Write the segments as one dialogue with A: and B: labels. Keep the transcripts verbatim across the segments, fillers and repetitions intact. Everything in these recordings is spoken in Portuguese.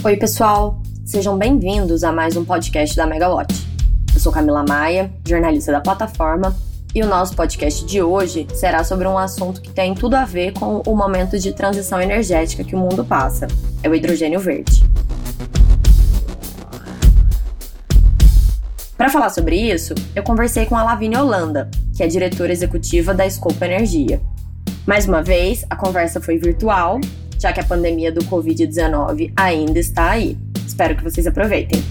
A: Oi, pessoal! Sejam bem-vindos a mais um podcast da Megawatt. Eu sou Camila Maia, jornalista da plataforma, e o nosso podcast de hoje será sobre um assunto que tem tudo a ver com o momento de transição energética que o mundo passa. É o hidrogênio verde. Para falar sobre isso, eu conversei com a Lavínia Holanda, que é diretora executiva da Scope Energia. Mais uma vez, a conversa foi virtual, já que a pandemia do covid dezenove ainda está aí. Espero que vocês aproveitem.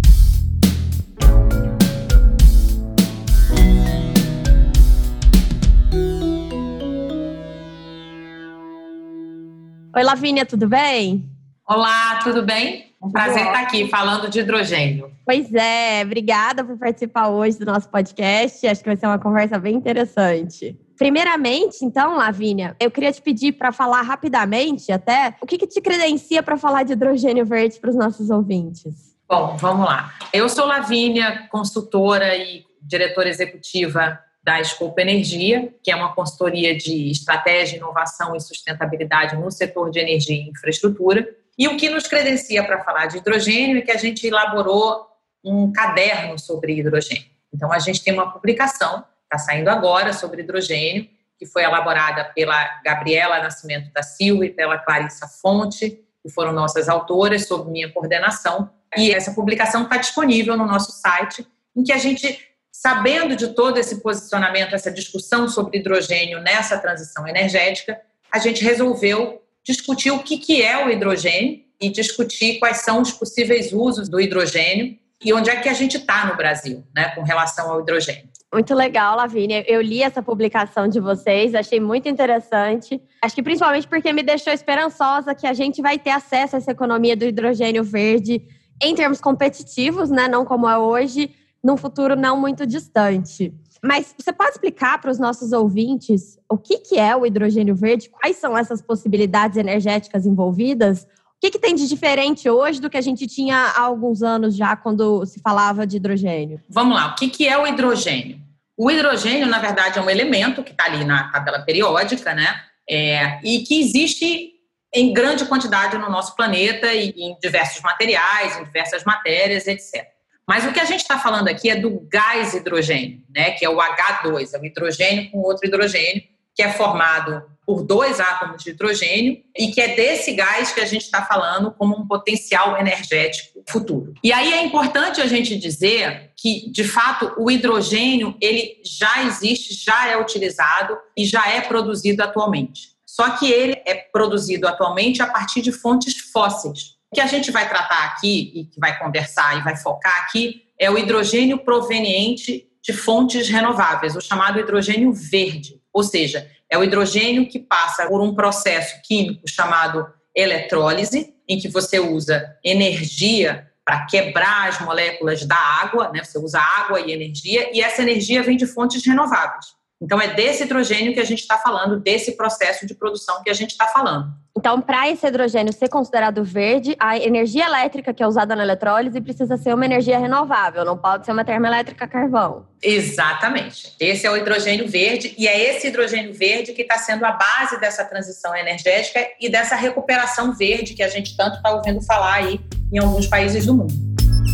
A: Oi, Lavínia, tudo bem?
B: Olá, tudo bem? Um prazer estar aqui falando de hidrogênio.
A: Pois é, obrigada por participar hoje do nosso podcast. Acho que vai ser uma conversa bem interessante. Primeiramente, então, Lavínia, eu queria te pedir para falar rapidamente até o que, que te credencia para falar de hidrogênio verde para os nossos ouvintes.
B: Bom, vamos lá. Eu sou Lavínia, consultora e diretora executiva da Scope Energia, que é uma consultoria de estratégia, inovação e sustentabilidade no setor de energia e infraestrutura. E o que nos credencia para falar de hidrogênio é que a gente elaborou um caderno sobre hidrogênio. Então, a gente tem uma publicação, está saindo agora, sobre hidrogênio, que foi elaborada pela Gabriela Nascimento da Silva e pela Clarissa Fonte, que foram nossas autoras, sob minha coordenação. E essa publicação está disponível no nosso site, em que a gente, sabendo de todo esse posicionamento, essa discussão sobre hidrogênio nessa transição energética, a gente resolveu discutir o que é o hidrogênio e discutir quais são os possíveis usos do hidrogênio e onde é que a gente está no Brasil, né, com relação ao hidrogênio.
A: Muito legal, Lavínia. Eu li essa publicação de vocês, achei muito interessante. Acho que principalmente porque me deixou esperançosa que a gente vai ter acesso a essa economia do hidrogênio verde em termos competitivos, né, não como é hoje, num futuro não muito distante. Mas você pode explicar para os nossos ouvintes o que, que é o hidrogênio verde? Quais são essas possibilidades energéticas envolvidas? O que, que tem de diferente hoje do que a gente tinha há alguns anos já, quando se falava de hidrogênio?
B: Vamos lá, o que, que é o hidrogênio? O hidrogênio, na verdade, é um elemento que está ali na tabela periódica, né? É, e que existe em grande quantidade no nosso planeta e em diversos materiais, em diversas matérias, etcétera. Mas o que a gente está falando aqui é do gás hidrogênio, né, que é o agá dois, é o hidrogênio com outro hidrogênio, que é formado por dois átomos de hidrogênio e que é desse gás que a gente está falando como um potencial energético futuro. E aí é importante a gente dizer que, de fato, o hidrogênio ele já existe, já é utilizado e já é produzido atualmente. Só que ele é produzido atualmente a partir de fontes fósseis. O que a gente vai tratar aqui e que vai conversar e vai focar aqui é o hidrogênio proveniente de fontes renováveis, o chamado hidrogênio verde. Ou seja, é o hidrogênio que passa por um processo químico chamado eletrólise, em que você usa energia para quebrar as moléculas da água, né? Você usa água e energia, e essa energia vem de fontes renováveis. Então, é desse hidrogênio que a gente está falando, desse processo de produção que a gente está falando.
A: Então, para esse hidrogênio ser considerado verde, a energia elétrica que é usada na eletrólise precisa ser uma energia renovável, não pode ser uma termoelétrica a carvão.
B: Exatamente. Esse é o hidrogênio verde e é esse hidrogênio verde que está sendo a base dessa transição energética e dessa recuperação verde que a gente tanto está ouvindo falar aí em alguns países do mundo.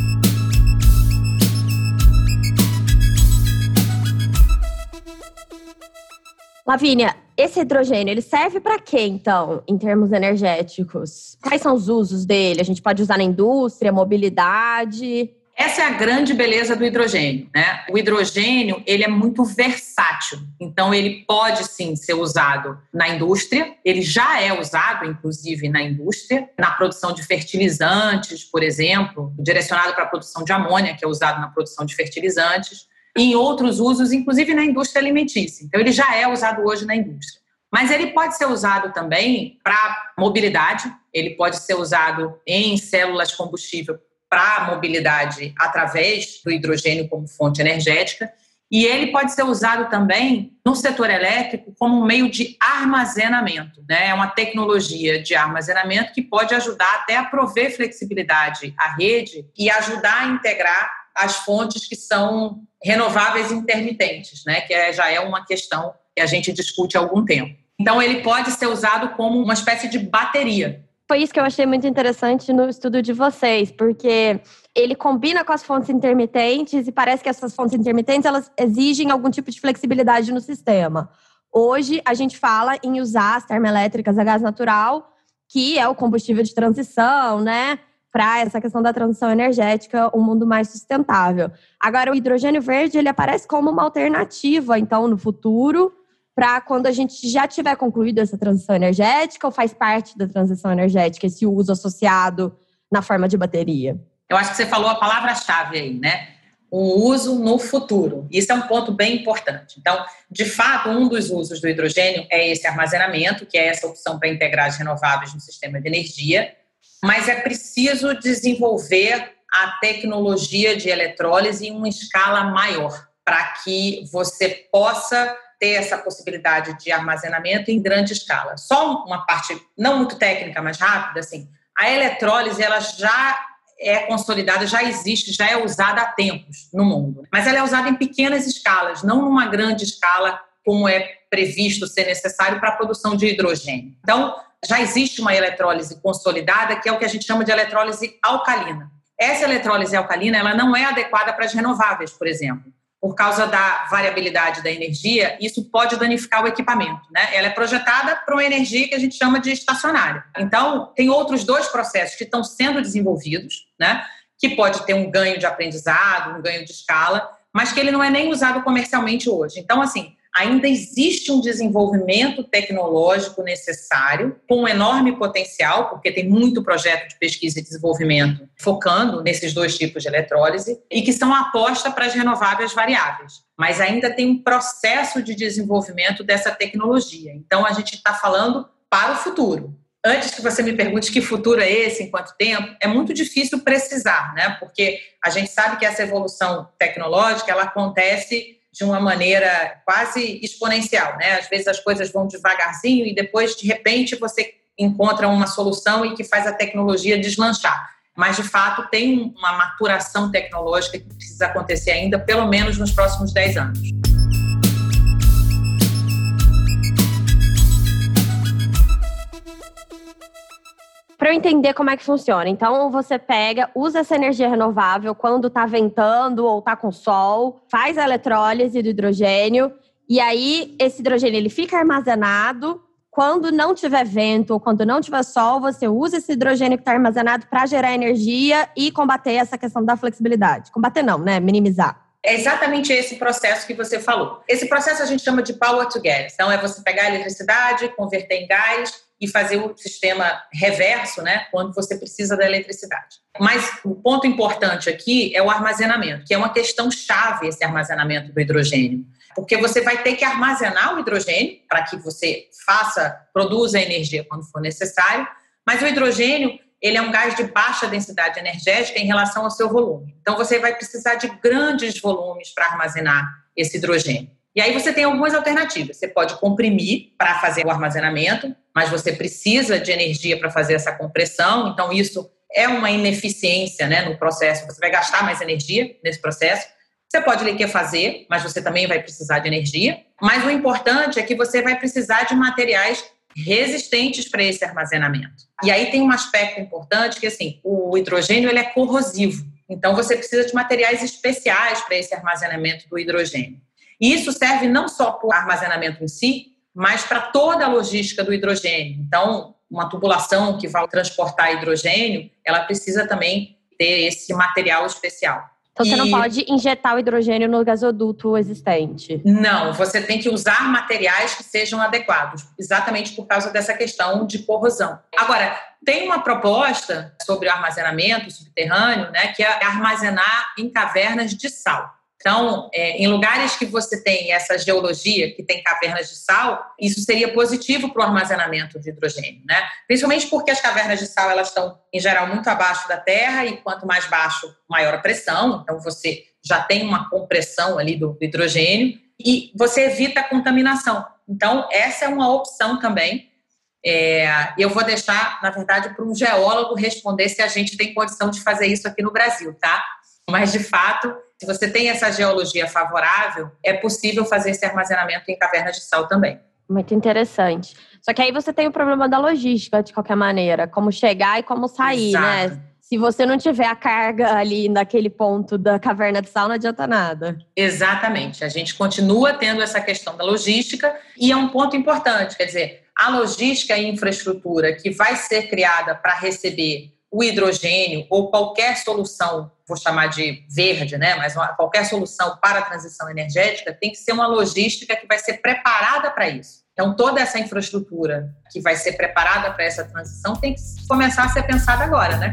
A: Lavínia, esse hidrogênio, ele serve para quê, então, em termos energéticos? Quais são os usos dele? A gente pode usar na indústria, mobilidade?
B: Essa é a grande beleza do hidrogênio, né? O hidrogênio, ele é muito versátil. Então, ele pode, sim, ser usado na indústria. Ele já é usado, inclusive, na indústria. Na produção de fertilizantes, por exemplo, direcionado para a produção de amônia, que é usado na produção de fertilizantes. E em outros usos, inclusive na indústria alimentícia. Então, ele já é usado hoje na indústria. Mas ele pode ser usado também para mobilidade, ele pode ser usado em células combustível para mobilidade através do hidrogênio como fonte energética, e ele pode ser usado também no setor elétrico como um meio de armazenamento, né? É uma tecnologia de armazenamento que pode ajudar até a prover flexibilidade à rede e ajudar a integrar as fontes que são renováveis intermitentes, né? Que é, já é uma questão que a gente discute há algum tempo. Então, ele pode ser usado como uma espécie de bateria.
A: Foi isso que eu achei muito interessante no estudo de vocês, porque ele combina com as fontes intermitentes e parece que essas fontes intermitentes, elas exigem algum tipo de flexibilidade no sistema. Hoje, a gente fala em usar as termoelétricas a gás natural, que é o combustível de transição, né? Para essa questão da transição energética, um mundo mais sustentável. Agora, o hidrogênio verde, ele aparece como uma alternativa, então, no futuro, para quando a gente já tiver concluído essa transição energética, ou faz parte da transição energética esse uso associado na forma de bateria?
B: Eu acho que você falou a palavra-chave aí, né? O uso no futuro. Isso é um ponto bem importante. Então, de fato, um dos usos do hidrogênio é esse armazenamento, que é essa opção para integrar as renováveis no sistema de energia, mas é preciso desenvolver a tecnologia de eletrólise em uma escala maior, para que você possa ter essa possibilidade de armazenamento em grande escala. Só uma parte não muito técnica, mas rápida, assim, a eletrólise ela já é consolidada, já existe, já é usada há tempos no mundo. Mas ela é usada em pequenas escalas, não numa grande escala, como é previsto ser necessário para a produção de hidrogênio. Então, já existe uma eletrólise consolidada, que é o que a gente chama de eletrólise alcalina. Essa eletrólise alcalina ela não é adequada para as renováveis, por exemplo. Por causa da variabilidade da energia, isso pode danificar o equipamento, né? Ela é projetada para uma energia que a gente chama de estacionária. Então, tem outros dois processos que estão sendo desenvolvidos, né? Que pode ter um ganho de aprendizado, um ganho de escala, mas que ele não é nem usado comercialmente hoje. Então, assim, ainda existe um desenvolvimento tecnológico necessário, com um enorme potencial, porque tem muito projeto de pesquisa e desenvolvimento focando nesses dois tipos de eletrólise, e que são a aposta para as renováveis variáveis. Mas ainda tem um processo de desenvolvimento dessa tecnologia. Então, a gente está falando para o futuro. Antes que você me pergunte que futuro é esse, em quanto tempo, é muito difícil precisar, né? Porque a gente sabe que essa evolução tecnológica, ela acontece de uma maneira quase exponencial, né? Às vezes as coisas vão devagarzinho e depois, de repente, você encontra uma solução e que faz a tecnologia deslanchar. Mas, de fato, tem uma maturação tecnológica que precisa acontecer ainda, pelo menos nos próximos dez anos.
A: Para eu entender como é que funciona. Então, você pega, usa essa energia renovável quando está ventando ou está com sol, faz a eletrólise do hidrogênio e aí esse hidrogênio ele fica armazenado. Quando não tiver vento ou quando não tiver sol, você usa esse hidrogênio que está armazenado para gerar energia e combater essa questão da flexibilidade. Combater não, né? Minimizar.
B: É exatamente esse processo que você falou. Esse processo a gente chama de power to gas. Então, é você pegar a eletricidade, converter em gás e fazer o sistema reverso, né, quando você precisa da eletricidade. Mas o ponto importante aqui é o armazenamento, que é uma questão chave esse armazenamento do hidrogênio. Porque você vai ter que armazenar o hidrogênio para que você faça, produza a energia quando for necessário, mas o hidrogênio ele é um gás de baixa densidade energética em relação ao seu volume. Então, você vai precisar de grandes volumes para armazenar esse hidrogênio. E aí você tem algumas alternativas. Você pode comprimir para fazer o armazenamento, mas você precisa de energia para fazer essa compressão. Então, isso é uma ineficiência, né, no processo. Você vai gastar mais energia nesse processo. Você pode liquefazer, mas você também vai precisar de energia. Mas o importante é que você vai precisar de materiais resistentes para esse armazenamento. E aí tem um aspecto importante que, assim, o hidrogênio ele é corrosivo. Então, você precisa de materiais especiais para esse armazenamento do hidrogênio. E isso serve não só para o armazenamento em si, mas para toda a logística do hidrogênio. Então, uma tubulação que vai transportar hidrogênio, ela precisa também ter esse material especial.
A: Então,
B: e...
A: você não pode injetar o hidrogênio no gasoduto existente?
B: Não, você tem que usar materiais que sejam adequados, exatamente por causa dessa questão de corrosão. Agora, tem uma proposta sobre o armazenamento subterrâneo, né, que é armazenar em cavernas de sal. Então, é, em lugares que você tem essa geologia, que tem cavernas de sal, isso seria positivo para o armazenamento de hidrogênio, né? Principalmente porque as cavernas de sal, elas estão, em geral, muito abaixo da terra e quanto mais baixo, maior a pressão. Então, você já tem uma compressão ali do hidrogênio e você evita a contaminação. Então, essa é uma opção também. É, eu vou deixar, na verdade, para um geólogo responder se a gente tem condição de fazer isso aqui no Brasil, tá? Mas, de fato, se você tem essa geologia favorável, é possível fazer esse armazenamento em cavernas de sal também.
A: Muito interessante. Só que aí você tem o problema da logística, de qualquer maneira. Como chegar e como sair,
B: Exato.
A: né? Se você não tiver a carga ali naquele ponto da caverna de sal, não adianta nada.
B: Exatamente. A gente continua tendo essa questão da logística e é um ponto importante. Quer dizer, a logística e infraestrutura que vai ser criada para receber o hidrogênio ou qualquer solução, vou chamar de verde, né? Mas uma, qualquer solução para a transição energética tem que ser uma logística que vai ser preparada para isso. Então, toda essa infraestrutura que vai ser preparada para essa transição tem que começar a ser pensada agora, né?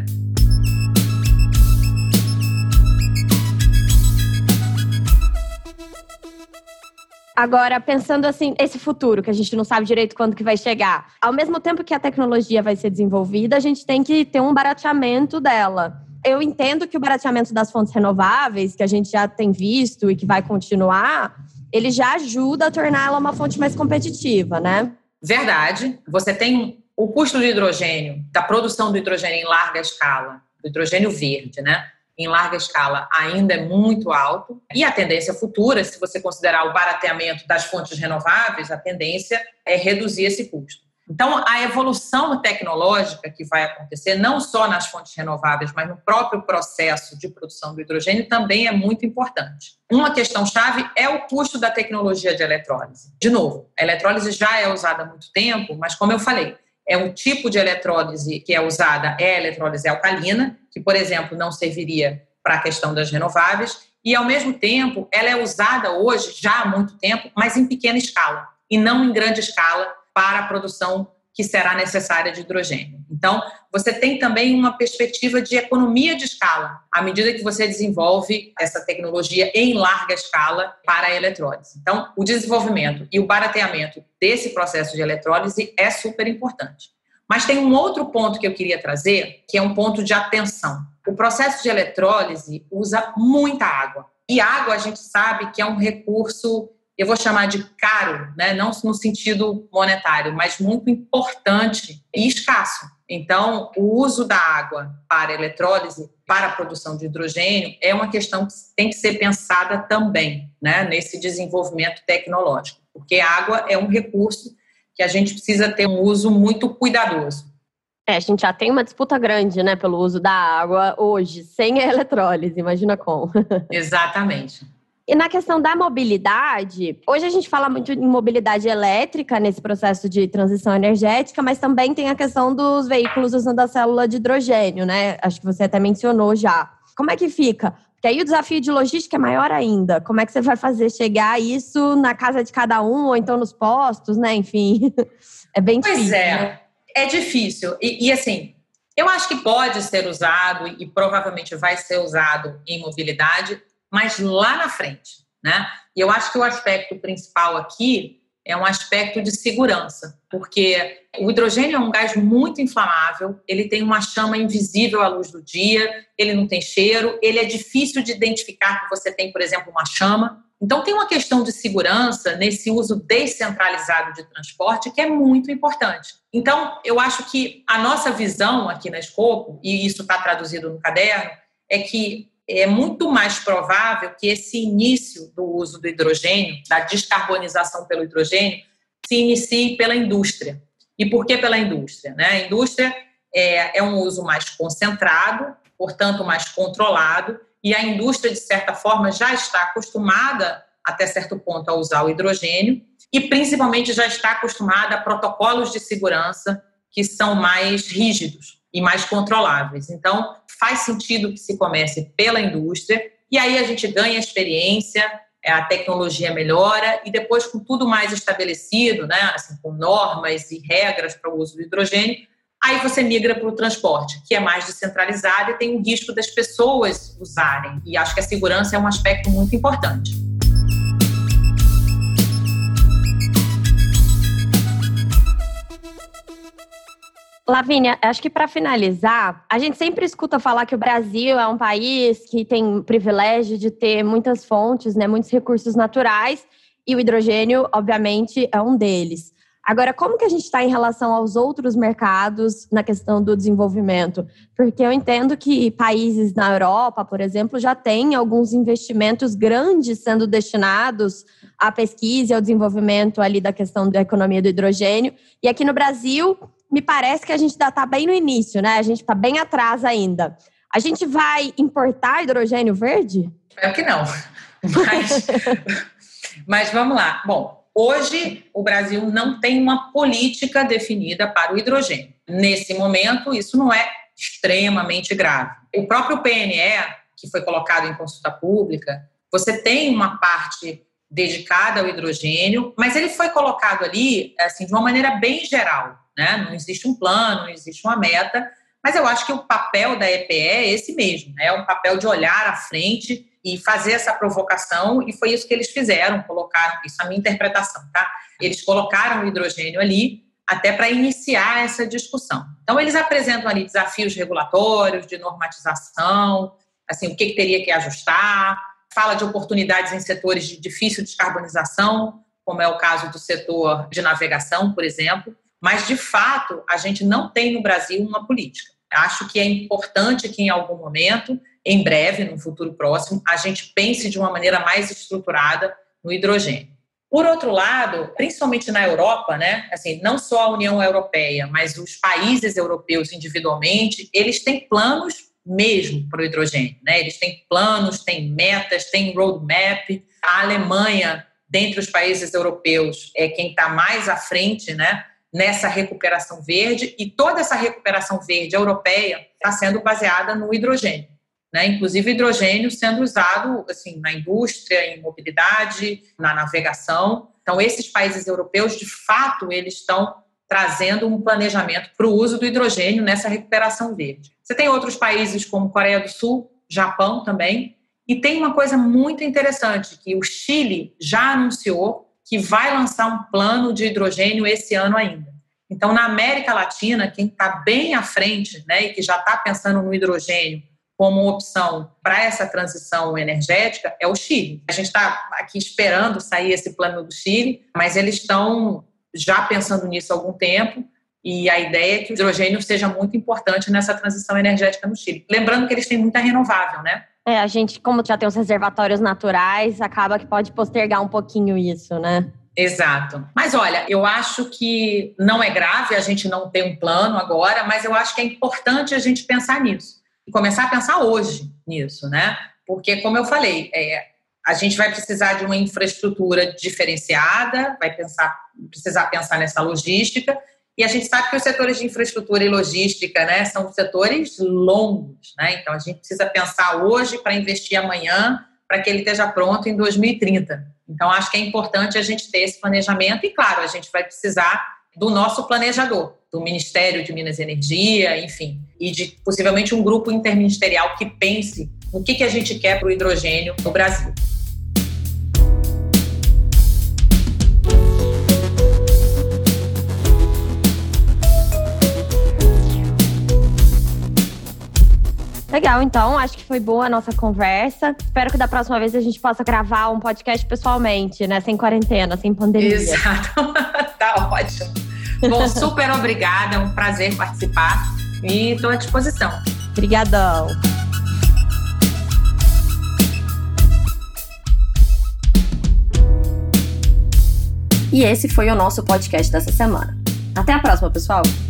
A: Agora, pensando assim, esse futuro, que a gente não sabe direito quando que vai chegar, ao mesmo tempo que a tecnologia vai ser desenvolvida, a gente tem que ter um barateamento dela. Eu entendo que o barateamento das fontes renováveis, que a gente já tem visto e que vai continuar, ele já ajuda a tornar ela uma fonte mais competitiva, né?
B: Verdade. Você tem o custo do hidrogênio, da produção do hidrogênio em larga escala, do hidrogênio verde, né? Em larga escala ainda é muito alto. E a tendência futura, se você considerar o barateamento das fontes renováveis, a tendência é reduzir esse custo. Então, a evolução tecnológica que vai acontecer, não só nas fontes renováveis, mas no próprio processo de produção do hidrogênio, também é muito importante. Uma questão-chave é o custo da tecnologia de eletrólise. De novo, a eletrólise já é usada há muito tempo, mas como eu falei, é um tipo de eletrólise que é usada, é a eletrólise alcalina, que, por exemplo, não serviria para a questão das renováveis, e, ao mesmo tempo, ela é usada hoje, já há muito tempo, mas em pequena escala, e não em grande escala para a produção que será necessária de hidrogênio. Então, você tem também uma perspectiva de economia de escala, à medida que você desenvolve essa tecnologia em larga escala para a eletrólise. Então, o desenvolvimento e o barateamento desse processo de eletrólise é super importante. Mas tem um outro ponto que eu queria trazer, que é um ponto de atenção. O processo de eletrólise usa muita água. E água, a gente sabe que é um recurso, eu vou chamar de caro, né? Não no sentido monetário, mas muito importante e escasso. Então, o uso da água para a eletrólise, para a produção de hidrogênio, é uma questão que tem que ser pensada também, né? Nesse desenvolvimento tecnológico. Porque a água é um recurso que a gente precisa ter um uso muito cuidadoso.
A: É, a gente já tem uma disputa grande, né, pelo uso da água hoje, sem a eletrólise, imagina como.
B: Exatamente.
A: E na questão da mobilidade, hoje a gente fala muito em mobilidade elétrica nesse processo de transição energética, mas também tem a questão dos veículos usando a célula de hidrogênio, né? Acho que você até mencionou já. Como é que fica? Porque aí o desafio de logística é maior ainda. Como é que você vai fazer chegar isso na casa de cada um, ou então nos postos, né? Enfim, é bem difícil.
B: Pois é,
A: né?
B: é difícil. E, e assim, eu acho que pode ser usado e provavelmente vai ser usado em mobilidade, mas lá na frente, né? E eu acho que o aspecto principal aqui é um aspecto de segurança, porque o hidrogênio é um gás muito inflamável, ele tem uma chama invisível à luz do dia, ele não tem cheiro, ele é difícil de identificar que você tem, por exemplo, uma chama. Então, tem uma questão de segurança nesse uso descentralizado de transporte que é muito importante. Então, eu acho que a nossa visão aqui na Escopo, e isso está traduzido no caderno, é que é muito mais provável que esse início do uso do hidrogênio, da descarbonização pelo hidrogênio, se inicie pela indústria. E por que pela indústria? Né? A indústria é, é um uso mais concentrado, portanto, mais controlado, e a indústria, de certa forma, já está acostumada, até certo ponto, a usar o hidrogênio, e principalmente já está acostumada a protocolos de segurança que são mais rígidos e mais controláveis. Então, faz sentido que se comece pela indústria, e aí a gente ganha experiência, a tecnologia melhora, e depois, com tudo mais estabelecido, né, assim, com normas e regras para o uso do hidrogênio, aí você migra para o transporte, que é mais descentralizado e tem o risco das pessoas usarem. E acho que a segurança é um aspecto muito importante.
A: Lavínia, acho que para finalizar, a gente sempre escuta falar que o Brasil é um país que tem o privilégio de ter muitas fontes, né, muitos recursos naturais, e o hidrogênio, obviamente, é um deles. Agora, como que a gente está em relação aos outros mercados na questão do desenvolvimento? Porque eu entendo que países na Europa, por exemplo, já têm alguns investimentos grandes sendo destinados à pesquisa e ao desenvolvimento ali da questão da economia do hidrogênio. E aqui no Brasil, me parece que a gente ainda está bem no início, né? A gente está bem atrás ainda. A gente vai importar hidrogênio verde?
B: Espero que não. Mas, mas vamos lá. Bom, hoje o Brasil não tem uma política definida para o hidrogênio. Nesse momento, isso não é extremamente grave. O próprio P N E, que foi colocado em consulta pública, você tem uma parte dedicada ao hidrogênio, mas ele foi colocado ali assim, de uma maneira bem geral, né? Não existe um plano, não existe uma meta, mas eu acho que o papel da E P E é esse mesmo, né? É um papel de olhar à frente e fazer essa provocação, e foi isso que eles fizeram, colocaram, isso é a minha interpretação, tá? Eles colocaram o hidrogênio ali até para iniciar essa discussão. Então, eles apresentam ali desafios regulatórios, de normatização, assim, o que, que teria que ajustar, fala de oportunidades em setores de difícil descarbonização, como é o caso do setor de navegação, por exemplo, mas, de fato, a gente não tem no Brasil uma política. Acho que é importante que, em algum momento, em breve, no futuro próximo, a gente pense de uma maneira mais estruturada no hidrogênio. Por outro lado, principalmente na Europa, né, assim, não só a União Europeia, mas os países europeus individualmente, eles têm planos mesmo para o hidrogênio, né? Eles têm planos, têm metas, têm roadmap. A Alemanha, dentre os países europeus, é quem está mais à frente, né, nessa recuperação verde, e toda essa recuperação verde europeia está sendo baseada no hidrogênio, né? Inclusive hidrogênio sendo usado assim, na indústria, em mobilidade, na navegação. Então, esses países europeus, de fato, eles estão trazendo um planejamento para o uso do hidrogênio nessa recuperação verde. Você tem outros países como Coreia do Sul, Japão também, e tem uma coisa muito interessante, que o Chile já anunciou que vai lançar um plano de hidrogênio esse ano ainda. Então, na América Latina, quem está bem à frente, né, e que já está pensando no hidrogênio como opção para essa transição energética é o Chile. A gente está aqui esperando sair esse plano do Chile, mas eles estão já pensando nisso há algum tempo, e a ideia é que o hidrogênio seja muito importante nessa transição energética no Chile. Lembrando que eles têm muita renovável, né?
A: É, a gente, como já tem os reservatórios naturais, acaba que pode postergar um pouquinho isso, né?
B: Exato. Mas olha, eu acho que não é grave a gente não ter um plano agora, mas eu acho que é importante a gente pensar nisso. E começar a pensar hoje nisso, né? Porque, como eu falei, é, a gente vai precisar de uma infraestrutura diferenciada, vai pensar, precisar pensar nessa logística, e a gente sabe que os setores de infraestrutura e logística, né, são setores longos, né? Então, a gente precisa pensar hoje para investir amanhã, para que ele esteja pronto em dois mil e trinta. Então, acho que é importante a gente ter esse planejamento e, claro, a gente vai precisar do nosso planejador, do Ministério de Minas e Energia, enfim, e de possivelmente um grupo interministerial que pense no que, que a gente quer para o hidrogênio no Brasil.
A: Legal, então, acho que foi boa a nossa conversa. Espero que da próxima vez a gente possa gravar um podcast pessoalmente, né? Sem quarentena, sem pandemia.
B: Exato, tá ótimo. Bom, super obrigada, é um prazer participar e estou à disposição.
A: Obrigadão. E esse foi o nosso podcast dessa semana. Até a próxima, pessoal!